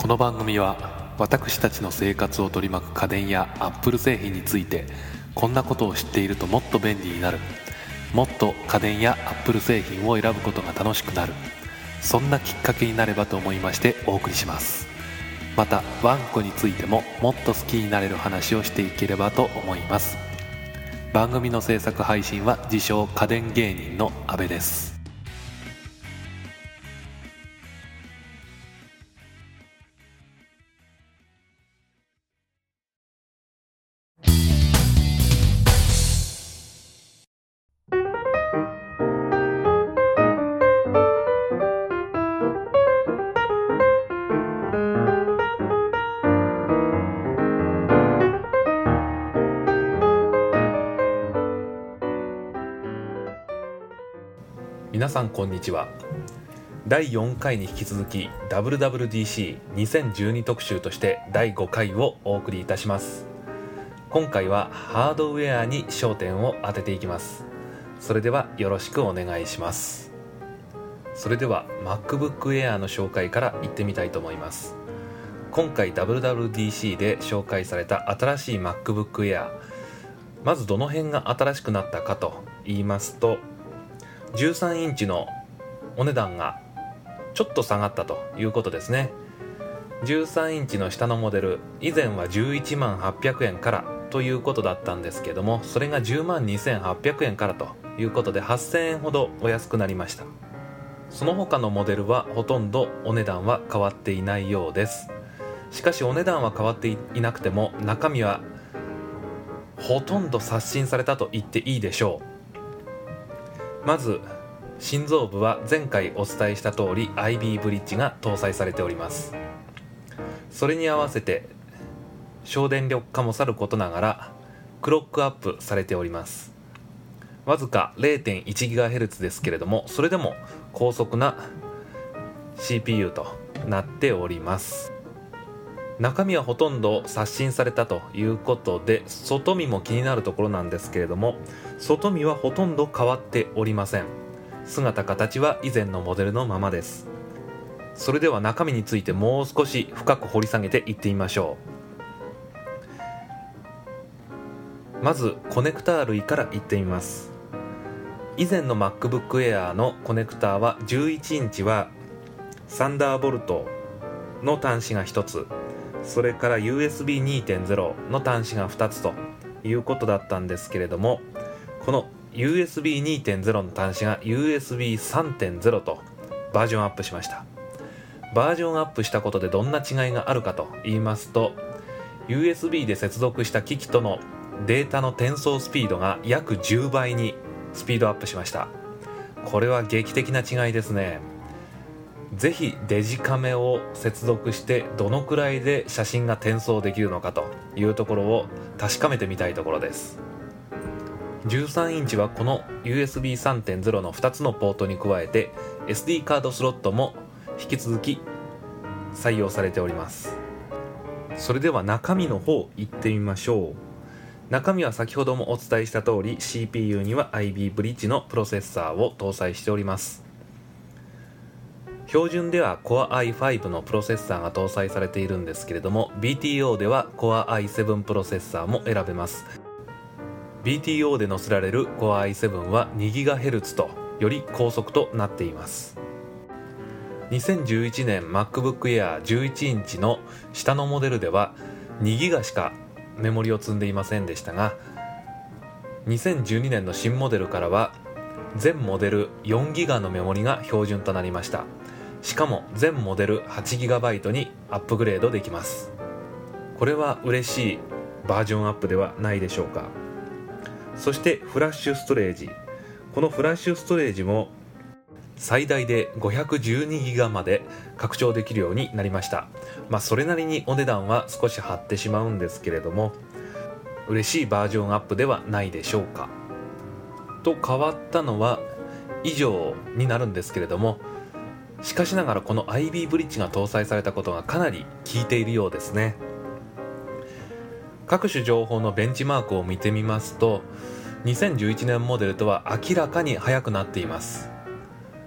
の番組は私たちの生活を取り巻く家電やアップル製品について、こんなことを知っているともっと便利になる、もっと家電やアップル製品を選ぶことが楽しくなる、そんなきっかけになればと思いましてお送りします。またワンコについてももっと好きになれる話をしていければと思います。番組の制作配信は自称家電芸人の阿部です。皆さんこんにちは。第4回に引き続き WWDC2012 特集として第5回をお送りいたします。今回はハードウェアに焦点を当てていきます。それではよろしくお願いします。それでは MacBook Air の紹介からいってみたいと思います。今回 WWDC で紹介された新しい MacBook Air、 まずどの辺が新しくなったかと言いますと、13インチのお値段がちょっと下がったということですね。13インチの下のモデル、以前は11万800円からということだったんですけども、それが10万2800円からということで8000円ほどお安くなりました。その他のモデルはほとんどお値段は変わっていないようです。しかしお値段は変わっていなくても中身はほとんど刷新されたと言っていいでしょう。まず心臓部は前回お伝えした通り IB ブリッジが搭載されております。それに合わせて省電力化もさることながらクロックアップされております。わずか 0.1GHz ですけれども、それでも高速な CPU となっております。中身はほとんど刷新されたということで、外見も気になるところなんですけれども、外見はほとんど変わっておりません。姿形は以前のモデルのままです。それでは中身についてもう少し深く掘り下げていってみましょう。まずコネクター類からいってみます。以前の MacBook Air のコネクターは11インチはサンダーボルトの端子が1つ、それから USB2.0 の端子が2つということだったんですけれども、この USB2.0 の端子が USB3.0 とバージョンアップしました。バージョンアップしたことでどんな違いがあるかと言いますと、 USB で接続した機器とのデータの転送スピードが約10倍にスピードアップしました。これは劇的な違いですね。ぜひデジカメを接続してどのくらいで写真が転送できるのかというところを確かめてみたいところです。13インチはこの USB3.0 の2つのポートに加えて SD カードスロットも引き続き採用されております。それでは中身の方いってみましょう。中身は先ほどもお伝えした通り CPU には IB ブリッジのプロセッサーを搭載しております。標準では Core i5 のプロセッサーが搭載されているんですけれども、 BTO では Core i7 プロセッサーも選べます。 BTO で載せられる Core i7 は 2GHz とより高速となっています。2011年 MacBook Air 11インチの下のモデルでは 2GB しかメモリを積んでいませんでしたが、2012年の新モデルからは全モデル 4GB のメモリが標準となりました。しかも全モデル 8GB にアップグレードできます。これは嬉しいバージョンアップではないでしょうか。そしてフラッシュストレージ、このフラッシュストレージも最大で 512GB まで拡張できるようになりました。それなりにお値段は少し張ってしまうんですけれども、嬉しいバージョンアップではないでしょうか。と変わったのは以上になるんですけれども、しかしながらこの IB ブリッジが搭載されたことがかなり効いているようですね。各種情報のベンチマークを見てみますと、2011年モデルとは明らかに速くなっています。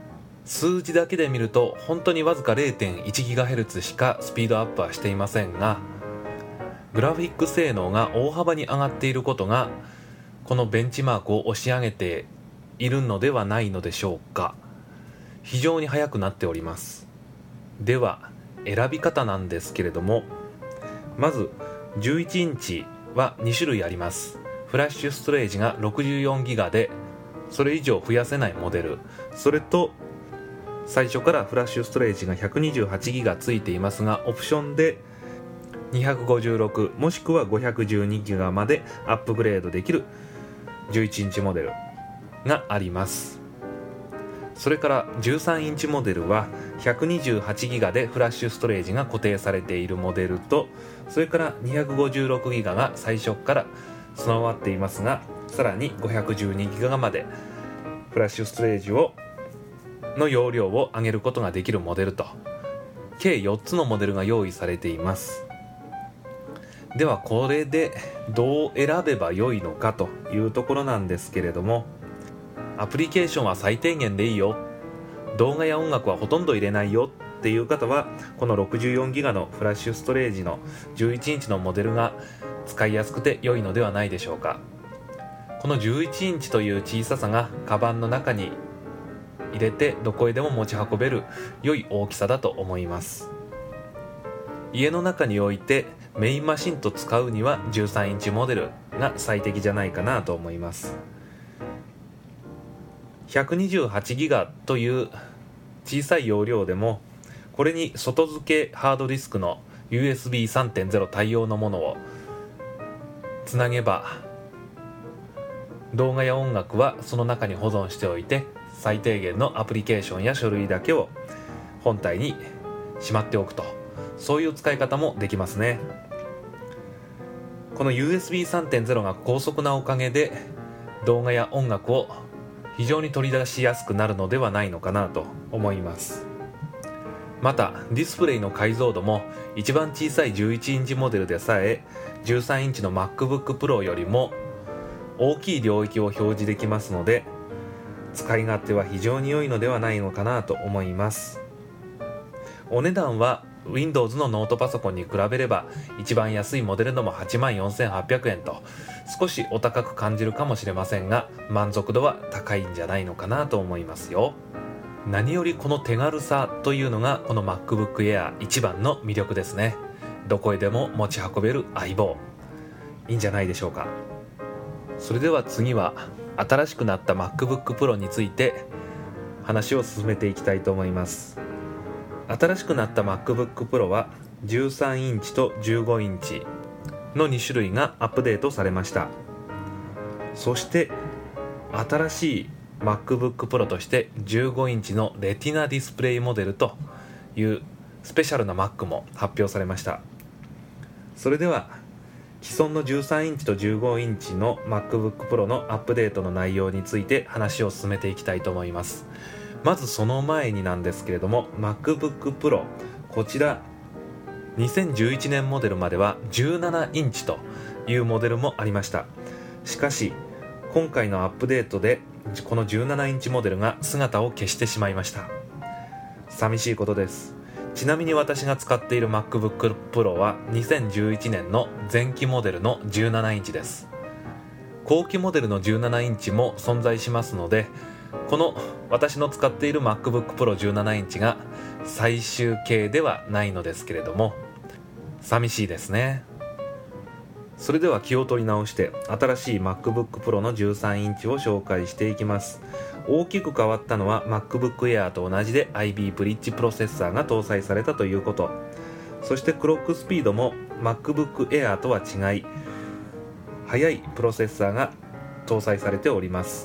数字だけで見ると本当にわずか 0.1GHz しかスピードアップはしていませんが、グラフィック性能が大幅に上がっていることがこのベンチマークを押し上げているのではないのでしょうか。非常に速くなっております。では選び方なんですけれども、まず11インチは2種類あります。フラッシュストレージが 64GB でそれ以上増やせないモデル、それと最初からフラッシュストレージが 128GB ついていますが、オプションで256もしくは 512GB までアップグレードできる11インチモデルがあります。それから13インチモデルは 128GB でフラッシュストレージが固定されているモデルと、それから 256GB が最初から備わっていますが、さらに 512GB までフラッシュストレージの容量を上げることができるモデルと、計4つのモデルが用意されています。ではこれでどう選べばよいのかというところなんですけれども、アプリケーションは最低限でいいよ、動画や音楽はほとんど入れないよっていう方は、この 64GB のフラッシュストレージの11インチのモデルが使いやすくて良いのではないでしょうか。この11インチという小ささがカバンの中に入れてどこへでも持ち運べる良い大きさだと思います。家の中に置いてメインマシンと使うには13インチモデルが最適じゃないかなと思います。128GB という小さい容量でも、これに外付けハードディスクの USB 3.0 対応のものをつなげば、動画や音楽はその中に保存しておいて、最低限のアプリケーションや書類だけを本体にしまっておくと、そういう使い方もできますね。この USB 3.0 が高速なおかげで動画や音楽を非常に取り出しやすくなるのではないのかなと思います。またディスプレイの解像度も一番小さい11インチモデルでさえ13インチの MacBook Pro よりも大きい領域を表示できますので、使い勝手は非常に良いのではないのかなと思います。お値段は Windows のノートパソコンに比べれば一番安いモデルのも 84,800 円と少しお高く感じるかもしれませんが、満足度は高いんじゃないのかなと思いますよ。何よりこの手軽さというのがこの MacBook Air 一番の魅力ですね。どこへでも持ち運べる相棒、いいんじゃないでしょうか。それでは次は新しくなった MacBook Pro について話を進めていきたいと思います。新しくなった MacBook Pro は13インチと15インチの2種類がアップデートされました。そして新しい MacBook Pro として15インチのレティナディスプレイモデルというスペシャルな Mac も発表されました。それでは既存の13インチと15インチの MacBook Pro のアップデートの内容について話を進めていきたいと思います。まずその前になんですけれども、 MacBook Pro、 こちら2011年モデルまでは17インチというモデルもありました。しかし今回のアップデートでこの17インチモデルが姿を消してしまいました。寂しいことです。ちなみに私が使っている MacBook Pro は2011年の前期モデルの17インチです。後期モデルの17インチも存在しますので、この私の使っている MacBook Pro 17インチが最終形ではないのですけれども、寂しいですね。それでは気を取り直して新しい MacBook Pro の13インチを紹介していきます。大きく変わったのは MacBook Air と同じで IB ブリッジプロセッサーが搭載されたということ、そしてクロックスピードも MacBook Air とは違い速いプロセッサーが搭載されております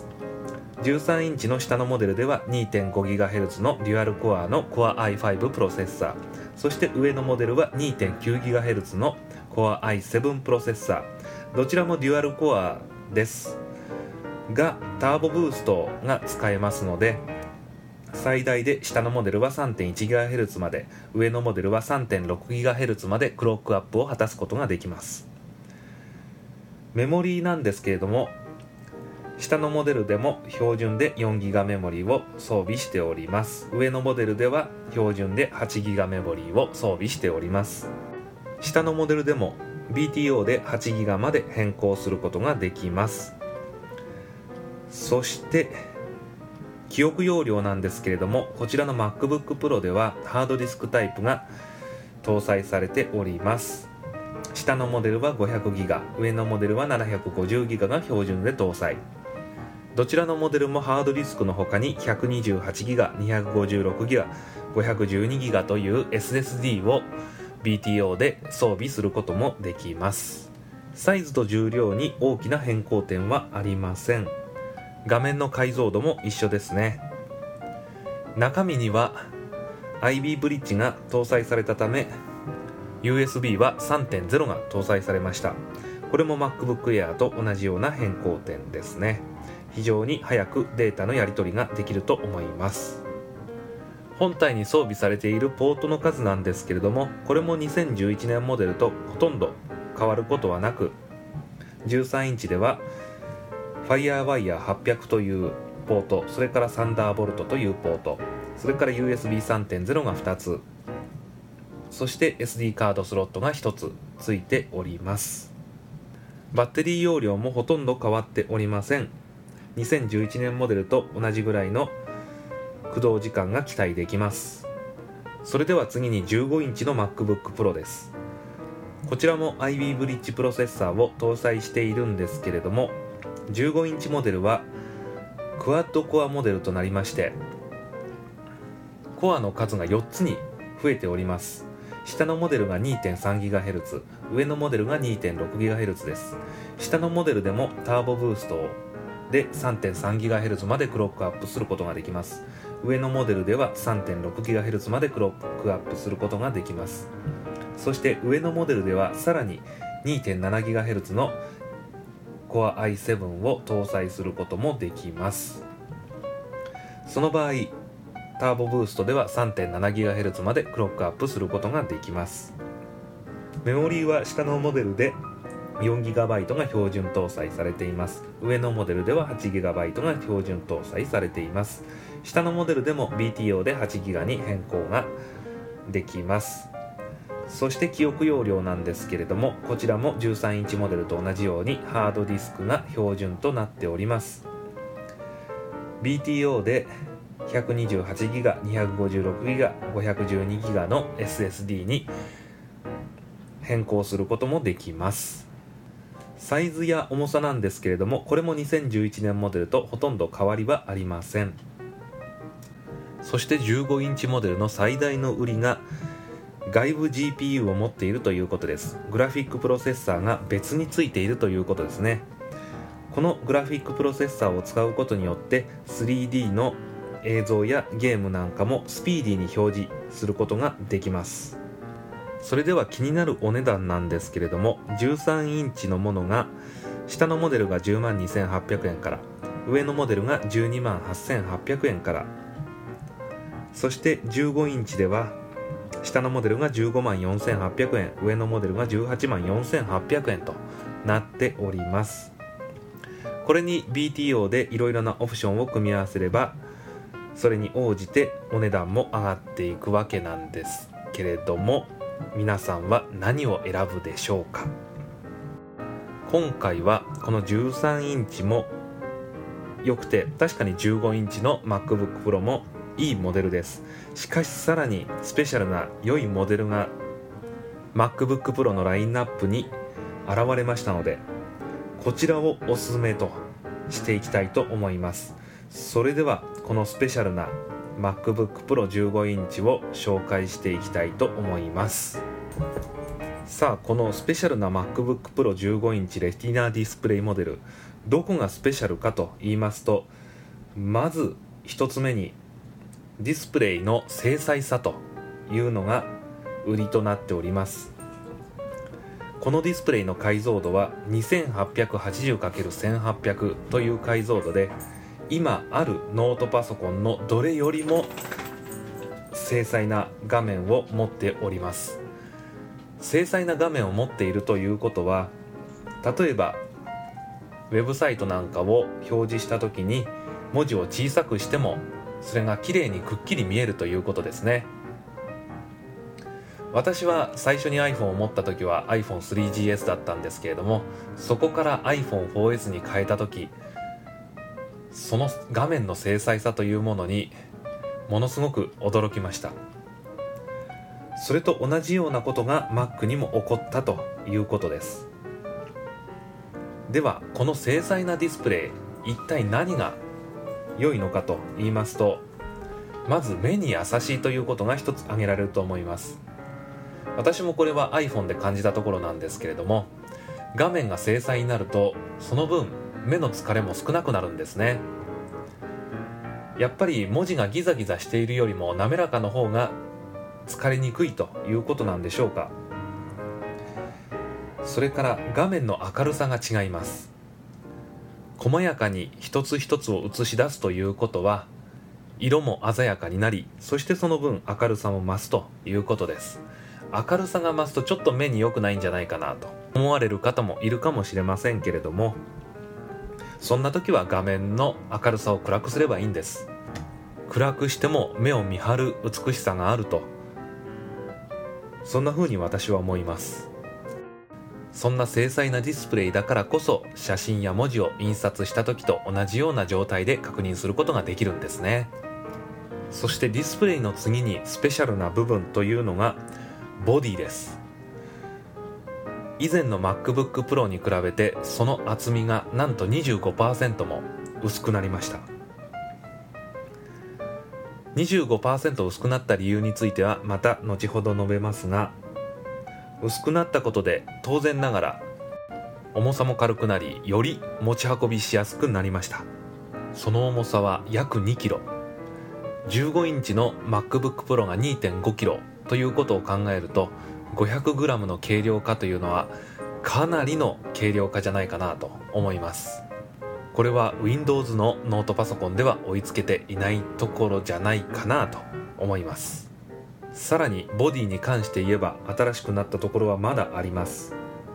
。13インチの下のモデルでは 2.5GHz のデュアルコアの Core i5 プロセッサー、そして上のモデルは 2.9GHz の Core i7 プロセッサー、どちらもデュアルコアですがターボブーストが使えますので、最大で下のモデルは 3.1GHz まで、上のモデルは 3.6GHz までクロックアップを果たすことができます。メモリーなんですけれども下のモデルでも標準で 4GB メモリを装備しております。上のモデルでは標準で 8GB メモリを装備しております。下のモデルでも BTO で 8GB まで変更することができます。そして記憶容量なんですけれども、こちらの MacBook Pro ではハードディスクタイプが搭載されております。下のモデルは 500GB、 上のモデルは 750GB が標準で搭載。どちらのモデルもハードディスクの他に 128GB、256GB、512GB という SSD を BTO で装備することもできます。サイズと重量に大きな変更点はありません。画面の解像度も一緒ですね。中身には IB ブリッジが搭載されたため USB は 3.0 が搭載されました。これも MacBook Air と同じような変更点ですね。非常に早くデータのやり取りができると思います。本体に装備されているポートの数なんですけれども、これも2011年モデルとほとんど変わることはなく、13インチでは FireWire 800というポート、それから Thunderbolt というポート、それから USB 3.0 が2つ、そして SD カードスロットが1つついております。バッテリー容量もほとんど変わっておりません。2011年モデルと同じぐらいの駆動時間が期待できます。それでは次に15インチの MacBook Pro です。こちらも IB ブリッジプロセッサーを搭載しているんですけれども、15インチモデルはクワッドコアモデルとなりまして、コアの数が4つに増えております。下のモデルが 2.3GHz、 上のモデルが 2.6GHz です。下のモデルでもターボブーストで 3.3GHz までクロックアップすることができます。上のモデルでは 3.6GHz までクロックアップすることができます。そして上のモデルではさらに 2.7GHz の Core i7 を搭載することもできます。その場合ターボブーストでは 3.7GHz までクロックアップすることができます。メモリーは下のモデルで 4GB が標準搭載されています。上のモデルでは 8GB が標準搭載されています。下のモデルでも BTO で 8GB に変更ができます。そして記憶容量なんですけれども、こちらも13インチモデルと同じようにハードディスクが標準となっております。 BTO で 128GB、256GB、512GB の SSD に変更することもできます。サイズや重さなんですけれども、これも2011年モデルとほとんど変わりはありません。そして15インチモデルの最大の売りが外部 GPU を持っているということです。グラフィックプロセッサーが別についているということですね。このグラフィックプロセッサーを使うことによって 3D の映像やゲームなんかもスピーディーに表示することができます。それでは気になるお値段なんですけれども、13インチのものが下のモデルが 102,800 円から、上のモデルが 128,800 円から、そして15インチでは下のモデルが 154,800 円、上のモデルが 184,800 円となっております。これに BTO でいろいろなオプションを組み合わせれば、それに応じてお値段も上がっていくわけなんですけれども、皆さんは何を選ぶでしょうか。今回はこの13インチも良くて、確かに15インチの MacBook Pro もいいモデルです。しかしさらにスペシャルな良いモデルが MacBook Pro のラインナップに現れましたので、こちらをおすすめとしていきたいと思います。それではこのスペシャルな MacBook Pro 15インチを紹介していきたいと思います。さあ、このスペシャルな MacBook Pro 15インチレティナディスプレイモデル、どこがスペシャルかと言いますと、まず一つ目にディスプレイの精細さというのが売りとなっております。このディスプレイの解像度は 2880×1800 という解像度で、今あるノートパソコンのどれよりも精細な画面を持っております。精細な画面を持っているということは、例えばウェブサイトなんかを表示した時に文字を小さくしてもそれが綺麗にくっきり見えるということですね。私は最初に iPhone を持った時は iPhone3GS だったんですけれども、そこから iPhone4S に変えた時、その画面の精細さというものにものすごく驚きました。それと同じようなことが Mac にも起こったということです。ではこの精細なディスプレイ、一体何が良いのかと言いますと、まず目に優しいということが一つ挙げられると思います。私もこれは iPhone で感じたところなんですけれども、画面が精細になるとその分目の疲れも少なくなるんですね。やっぱり文字がギザギザしているよりも滑らかの方が疲れにくいということなんでしょうか。それから画面の明るさが違います。細やかに一つ一つを映し出すということは、色も鮮やかになり、そしてその分明るさも増すということです。明るさが増すとちょっと目に良くないんじゃないかなと思われる方もいるかもしれませんけれども、そんな時は画面の明るさを暗くすればいいんです。暗くしても目を見張る美しさがあると、そんな風に私は思います。そんな精細なディスプレイだからこそ、写真や文字を印刷した時と同じような状態で確認することができるんですね。そしてディスプレイの次にスペシャルな部分というのがボディです。以前の MacBook Pro に比べてその厚みがなんと 25% も薄くなりました。25% 薄くなった理由についてはまた後ほど述べますが、薄くなったことで当然ながら重さも軽くなり、より持ち運びしやすくなりました。その重さは約 2kg、 15インチの MacBook Pro が 2.5kg ということを考えると、 500g の軽量化というのはかなりの軽量化じゃないかなと思います。これは Windows のノートパソコンでは追いつけていないところじゃないかなと思います。さらにボディに関して言えば新しくなったところはまだあります。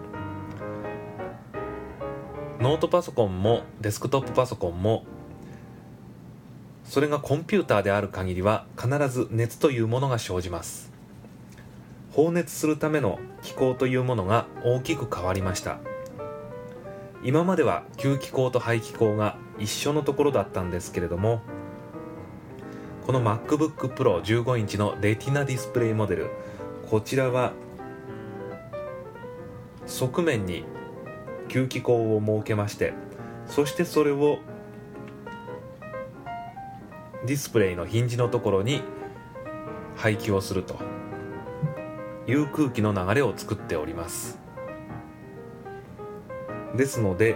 ノートパソコンもデスクトップパソコンも、それがコンピューターである限りは必ず熱というものが生じます。放熱するための気孔というものが大きく変わりました。今までは吸気口と排気口が一緒のところだったんですけれども、この MacBook Pro 15インチのレティナディスプレイモデル、こちらは側面に吸気口を設けまして、そしてそれをディスプレイのヒンジのところに排気をするという空気の流れを作っております。ですので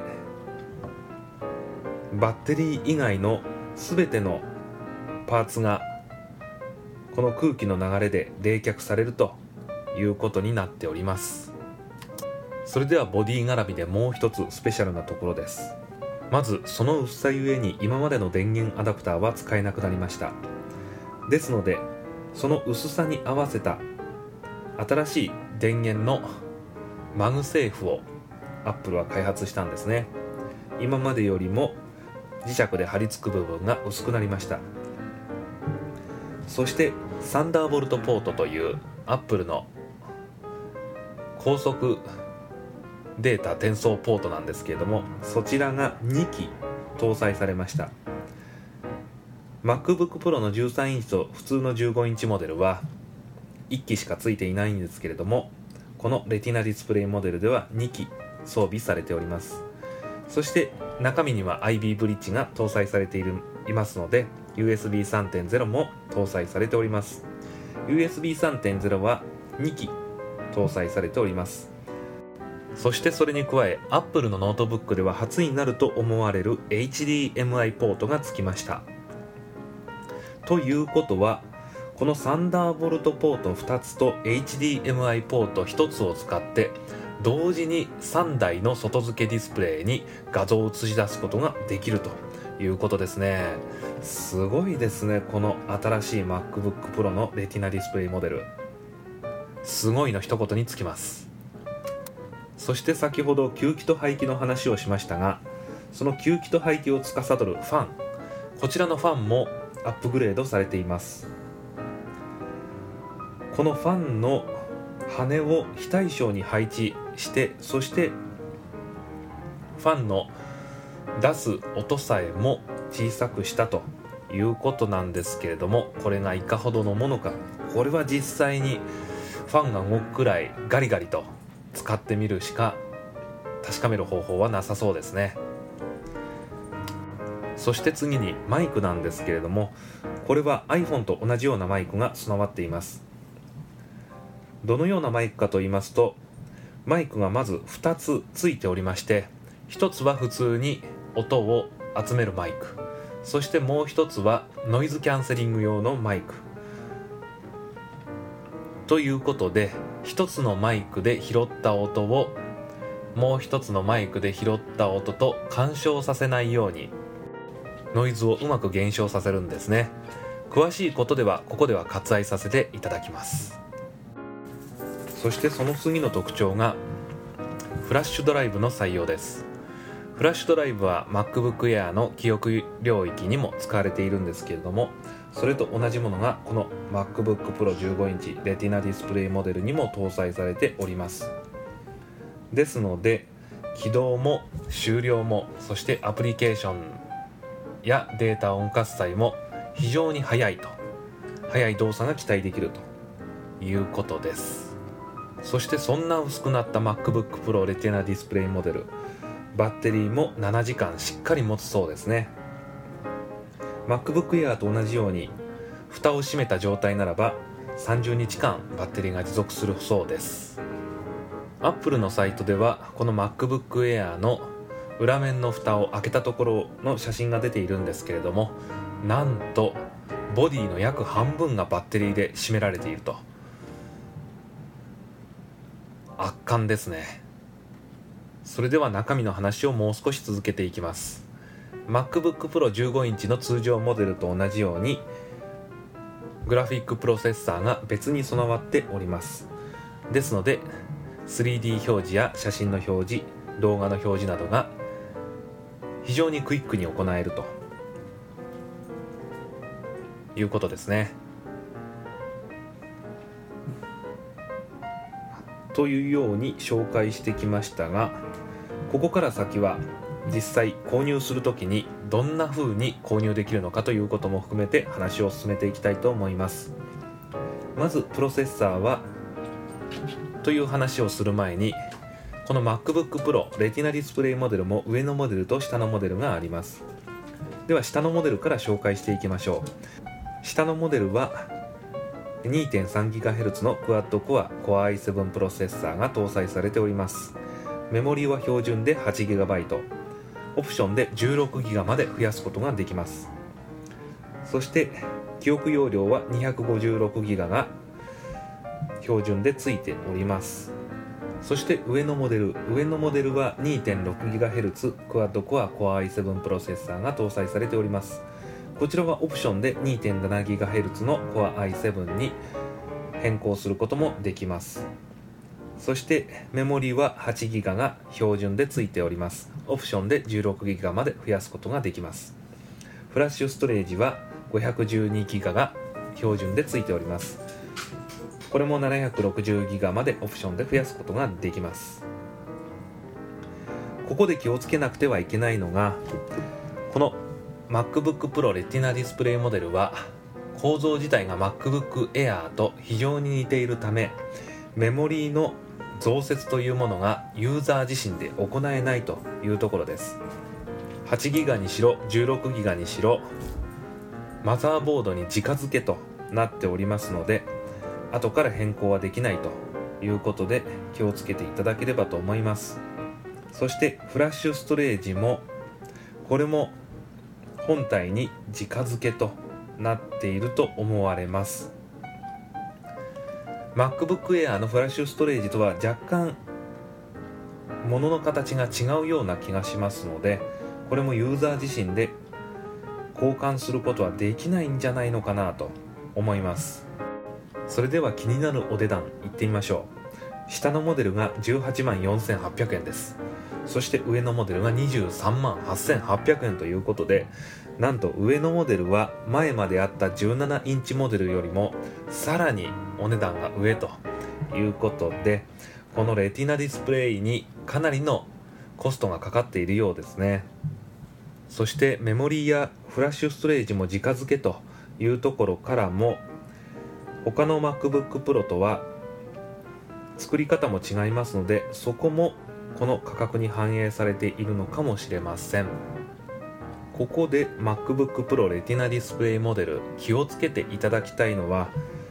バッテリー以外のすべてのパーツがこの空気の流れで冷却されるということになっております。それではボディ絡みでもう一つスペシャルなところです。まずその薄さゆえに今までの電源アダプターは使えなくなりました。ですのでその薄さに合わせた新しい電源のマグセーフをアップルは開発したんですね。今までよりも磁石で貼り付く部分が薄くなりました。そしてサンダーボルトポートというアップルの高速データ転送ポートなんですけれども、そちらが2機搭載されました。 MacBook Pro の13インチと普通の15インチモデルは1機しかついていないんですけれども、このレティナディスプレイモデルでは2機装備されております。そして中身には IB ブリッジが搭載されていますので USB 3.0 も搭載されております。 USB 3.0 は2機搭載されております。そしてそれに加え Apple のノートブックでは初になると思われる HDMI ポートがつきました。ということはこのサンダーボルトポート2つと HDMI ポート1つを使って同時に3台の外付けディスプレイに画像を映し出すことができるということですね。すごいですね。この新しい MacBook Pro のレティナディスプレイモデル、すごいの一言につきます。そして先ほど吸気と排気の話をしましたが、 その吸気と排気を司るファン、こちらのファンもアップグレードされています。このファンの羽を非対称に配置して、そしてファンの出す音さえも小さくしたということなんですけれども、これがいかほどのものか、これは実際にファンが動くくらいガリガリと使ってみるしか確かめる方法はなさそうですね。そして次にマイクなんですけれども、これは iPhone と同じようなマイクが備わっています。どのようなマイクかと言いますと、マイクがまず2つついておりまして、1つは普通に音を集めるマイク、そしてもう1つはノイズキャンセリング用のマイクということで、1つのマイクで拾った音をもう1つのマイクで拾った音と干渉させないようにノイズをうまく減少させるんですね。詳しいことではここでは割愛させていただきます。そしてその次の特徴がフラッシュドライブの採用です。フラッシュドライブは MacBook Air の記憶領域にも使われているんですけれども、それと同じものがこの MacBook Pro 15インチレティナディスプレイモデルにも搭載されております。ですので起動も終了も、そしてアプリケーションやデータ音喝采も非常に速い動作が期待できるということです。そしてそんな薄くなった MacBook Pro レティナディスプレイモデル、バッテリーも7時間しっかり持つそうですね。 MacBook Air と同じように蓋を閉めた状態ならば30日間バッテリーが持続するそうです。 Apple のサイトではこの MacBook Air の裏面の蓋を開けたところの写真が出ているんですけれども、なんとボディの約半分がバッテリーで占められていると。圧巻ですね。それでは中身の話をもう少し続けていきます。 MacBook Pro 15インチの通常モデルと同じようにグラフィックプロセッサーが別に備わっております。ですので 3D 表示や写真の表示、動画の表示などが非常にクイックに行えるということですね。というように紹介してきましたが、ここから先は実際購入するときにどんな風に購入できるのかということも含めて話を進めていきたいと思います。まずプロセッサーはという話をする前に、この MacBook Pro レティナディスプレイモデルも上のモデルと下のモデルがあります。では下のモデルから紹介していきましょう。下のモデルは 2.3GHz のクワッドコア Core i7 プロセッサーが搭載されております。メモリーは標準で 8GB、 オプションで 16GB まで増やすことができます。そして記憶容量は 256GB が標準でついております。そして上のモデルは 2.6GHz クワッドコア Core i7 プロセッサーが搭載されております。こちらはオプションで 2.7GHz の Core i7 に変更することもできます。そしてメモリは 8GB が標準でついております。オプションで 16GB まで増やすことができます。フラッシュストレージは 512GB が標準でついております。これも 760GB までオプションで増やすことができます。ここで気をつけなくてはいけないのが、このMacBook Pro レティナディスプレイモデルは構造自体が MacBook Air と非常に似ているため、メモリーの増設というものがユーザー自身で行えないというところです。 8GB にしろ 16GB にしろマザーボードに直付けとなっておりますので、後から変更はできないということで気をつけていただければと思います。そしてフラッシュストレージもこれも本体に直付けとなっていると思われます。 MacBook Air のフラッシュストレージとは若干物の形が違うような気がしますので、これもユーザー自身で交換することはできないんじゃないのかなと思います。それでは気になるお値段いってみましょ下のモデルが18万4800円です。そして上のモデルが23万8800円ということで、なんと上のモデルは前まであった17インチモデルよりもさらにお値段が上ということで、このレティナディスプレイにかなりのコストがかかっているようですね。そしてメモリーやフラッシュストレージも直付けというところからも、他の MacBook Pro とは作り方も違いますので、そこもこの価格に反映されているのかもしれません。ここで MacBook Pro レティナディスプレイモデル気をつけていただきたいのは、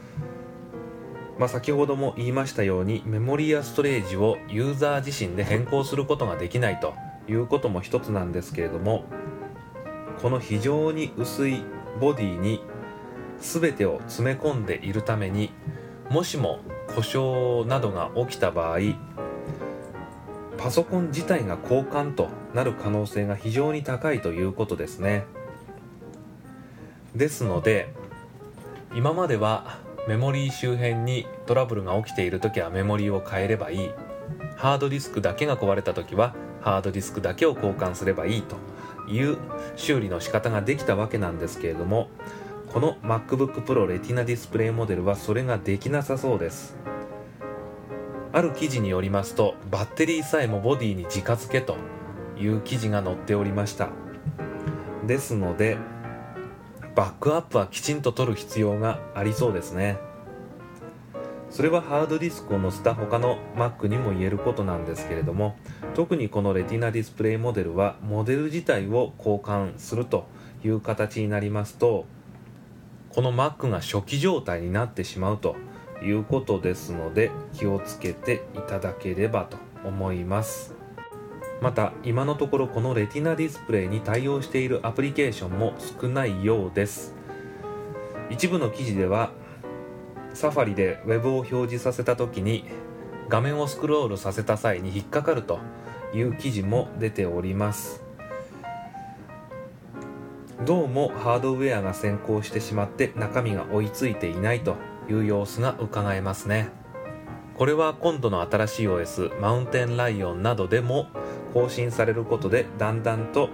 先ほども言いましたようにメモリやストレージをユーザー自身で変更することができないということも一つなんですけれども、この非常に薄いボディに全てを詰め込んでいるために、もしも故障などが起きた場合、パソコン自体が交換となる可能性が非常に高いということですね。ですので、今まではメモリー周辺にトラブルが起きているときはメモリーを変えればいい、ハードディスクだけが壊れたときはハードディスクだけを交換すればいいという修理の仕方ができたわけなんですけれども、この MacBook Pro レティナディスプレイモデルはそれができなさそうです。ある記事によりますと、バッテリーさえもボディに直付けという記事が載っておりました。ですのでバックアップはきちんと取る必要がありそうですね。それはハードディスクを載せた他の Mac にも言えることなんですけれども、特にこのレティナディスプレイモデルはモデル自体を交換するという形になりますと、この Mac が初期状態になってしまうということですので、気をつけていただければと思います。また今のところこのレティナディスプレイに対応しているアプリケーションも少ないようです。一部の記事ではサファリでウェブを表示させた時に画面をスクロールさせた際に引っかかるという記事も出ております。どうもハードウェアが先行してしまって中身が追いついていないという様子が伺えますね。これは今度の新しい OS マウンテンライオンなどでも更新されることでだんだんと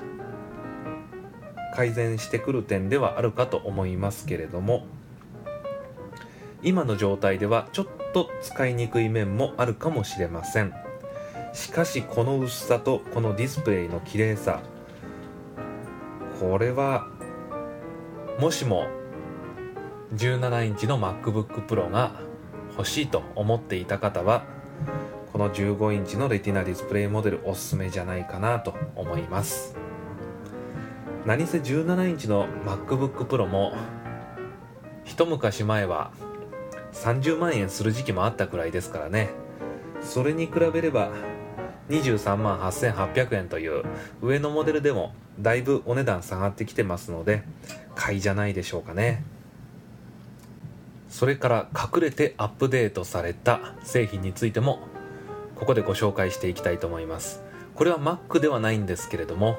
改善してくる点ではあるかと思いますけれども、今の状態ではちょっと使いにくい面もあるかもしれません。しかしこの薄さとこのディスプレイの綺麗さ、これはもしも17インチの MacBook Pro が欲しいと思っていた方は、この15インチのレティナディスプレイモデルおすすめじゃないかなと思います。何せ17インチの MacBook Pro も一昔前は30万円する時期もあったくらいですからね。それに比べれば23万8800円という上のモデルでもだいぶお値段下がってきてますので、買いじゃないでしょうかね。それから隠れてアップデートされた製品についてもここでご紹介していきたいと思います。これは Mac ではないんですけれども、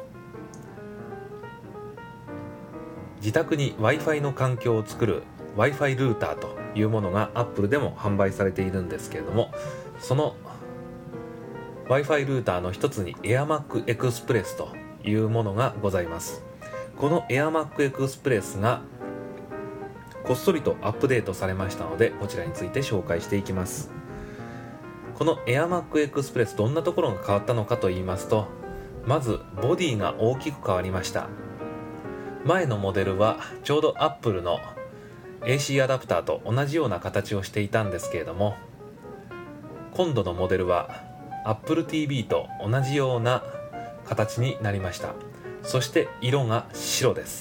自宅に Wi-Fi の環境を作る Wi-Fi ルーターというものが Apple でも販売されているんですけれども、その Wi-Fi ルーターの一つに AirMac Express というものがございます。この AirMac Express がこっそりとアップデートされましたので、こちらについて紹介していきます。この AirMac Express どんなところが変わったのかと言いますと、まずボディが大きく変わりました。前のモデルはちょうど Apple の AC アダプターと同じような形をしていたんですけれども、今度のモデルは Apple TV と同じような形になりました。そして色が白です。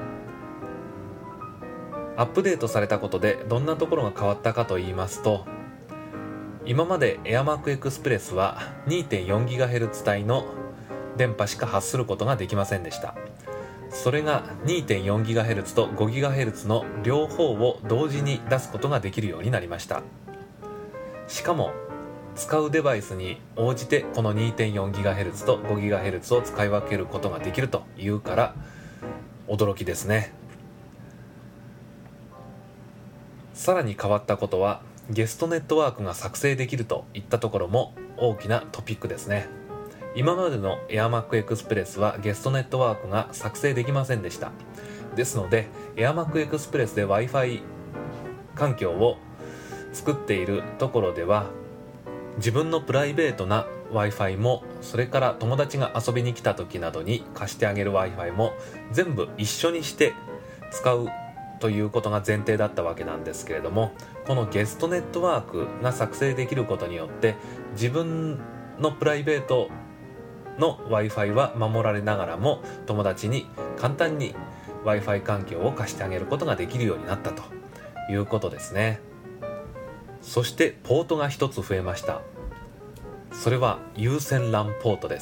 アップデートされたことでどんなところが変わったかと言いますと、今まで AirMac Express は 2.4GHz 帯の電波しか発することができませんでした。それが 2.4GHz と 5GHz の両方を同時に出すことができるようになりました。しかも使うデバイスに応じてこの 2.4GHz と 5GHz を使い分けることができるというから驚きですね。さらに変わったことはゲストネットワークが作成できるといったところも大きなトピックですね。今までの AirMac Express はゲストネットワークが作成できませんでした。ですので AirMac Express で Wi-Fi 環境を作っているところでは、自分のプライベートな Wi-Fi も、それから友達が遊びに来た時などに貸してあげる Wi-Fi も全部一緒にして使うということが前提だったわけなんですけれども、このゲストネットワークが作成できることによって自分のプライベートの Wi-Fi は守られながらも、友達に簡単に Wi-Fi 環境を貸してあげることができるようになったということですね。そしてポートが一つ増えました。それは有線 LAN ポートです。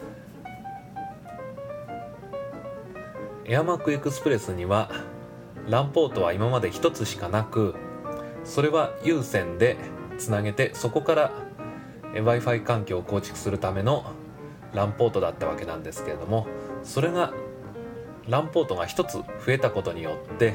AirMac Express には LAN ポートは今まで一つしかなく、それは有線でつなげて、そこから Wi-Fi 環境を構築するための LAN ポートだったわけなんですけれども、それが LAN ポートが一つ増えたことによって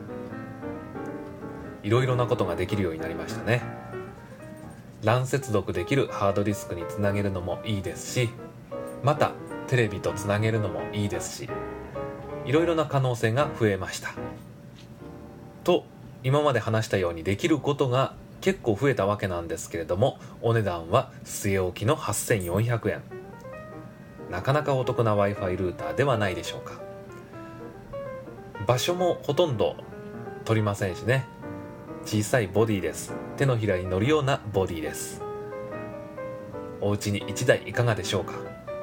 いろいろなことができるようになりましたね。LAN 接続できるハードディスクにつなげるのもいいですし、またテレビとつなげるのもいいですし、いろいろな可能性が増えました。と今まで話したようにできることが結構増えたわけなんですけれども、お値段は据え置きの8400円。なかなかお得な Wi-Fi ルーターではないでしょうか。場所もほとんど取りませんしね。小さいボディです。手のひらに乗るようなボディです。お家に1台いかがでしょうか。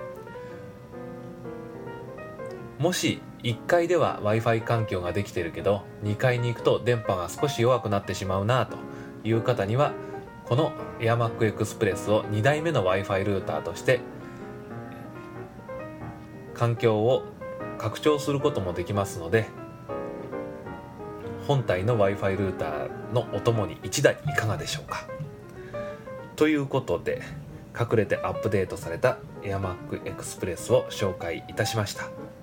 もし1階では Wi-Fi 環境ができているけど、2階に行くと電波が少し弱くなってしまうなという方には、この AirMac Express を2台目の Wi-Fi ルーターとして環境を拡張することもできますので、本体の Wi-Fi ルーターのお供に1台いかがでしょうか。ということで、隠れてアップデートされた AirMac Express を紹介いたしました。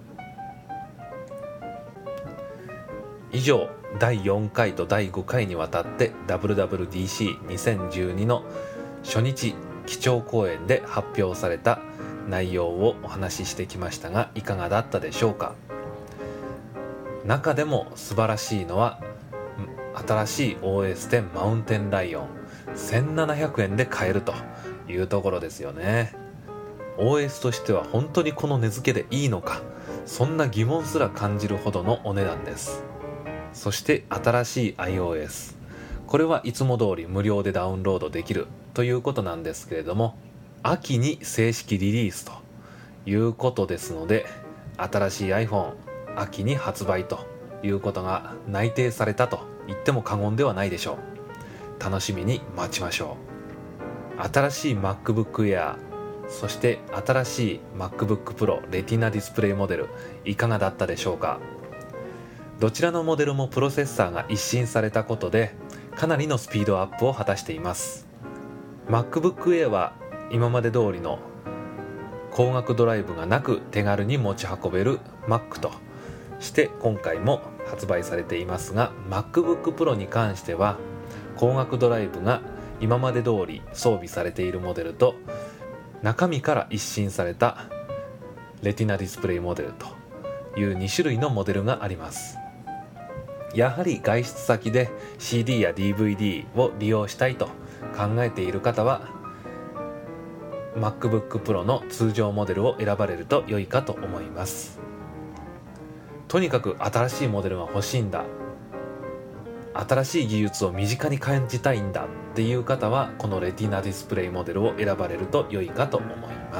以上、第4回と第5回にわたって WWDC2012 の初日基調講演で発表された内容をお話ししてきましたが、いかがだったでしょうか。中でも素晴らしいのは新しい OS10 マウンテンライオン1700円で買えるというところですよね。 OS としては本当にこの値付けでいいのか、そんな疑問すら感じるほどのお値段です。そして新しい iOS、 これはいつも通り無料でダウンロードできるということなんですけれども、秋に正式リリースということですので、新しい iPhone秋に発売ということが内定されたと言っても過言ではないでしょう。楽しみに待ちましょう。新しい MacBook Air、 そして新しい MacBook Pro レティナディスプレイモデル、いかがだったでしょうか。どちらのモデルもプロセッサーが一新されたことでかなりのスピードアップを果たしています。 MacBook Air は今まで通りの光学ドライブがなく手軽に持ち運べる Mac として今回も発売されていますが、 MacBook Pro に関しては光学ドライブが今まで通り装備されているモデルと、中身から一新されたレティナディスプレイモデルという2種類のモデルがあります。やはり外出先で CD や DVD を利用したいと考えている方は MacBook Pro の通常モデルを選ばれると良いかと思います。とにかく新しいモデルが欲しいんだ、新しい技術を身近に感じたいんだっていう方は、このレティナディスプレイモデルを選ばれると良いかと思います。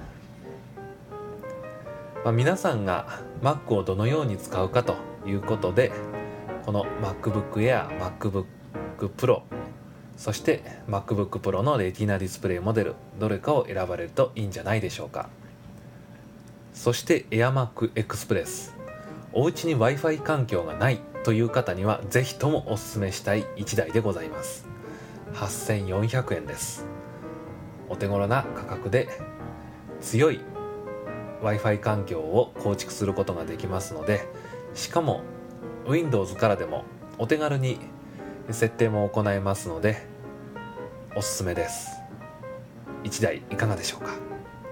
皆さんが Mac をどのように使うかということで、この MacBook Air、MacBook Pro、そして MacBook Pro のレティナディスプレイモデル、どれかを選ばれるといいんじゃないでしょうか。そして AirMac Express、 お家に Wi-Fi 環境がないという方にはぜひともおすすめしたい1台でございます。8400円です。お手頃な価格で強い Wi-Fi 環境を構築することができますので、しかも Windows からでもお手軽に設定も行えますのでおすすめです。1台いかがでしょうか。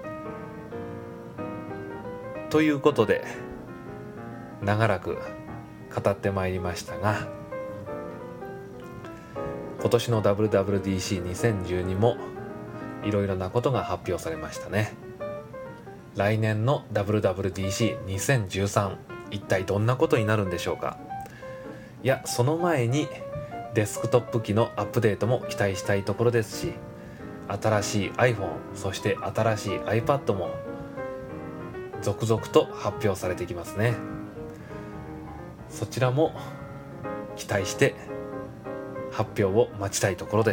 ということで長らく語ってまいりましたが、今年の WWDC2012 もいろいろなことが発表されましたね。来年の WWDC2013 一体どんなことになるんでしょうか。いや、その前にデスクトップ機のアップデートも期待したいところですし、新しい iPhone、 そして新しい iPad も続々と発表されてきますね。そちらも期待して発表を待ちたいところです。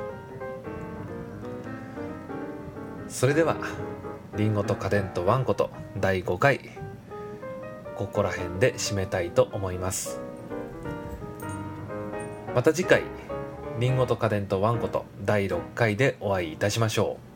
それではリンゴと家電とワンコと第5回ここら辺で締めたいと思います。また次回リンゴと家電とワンコと第6回でお会いいたしましょう。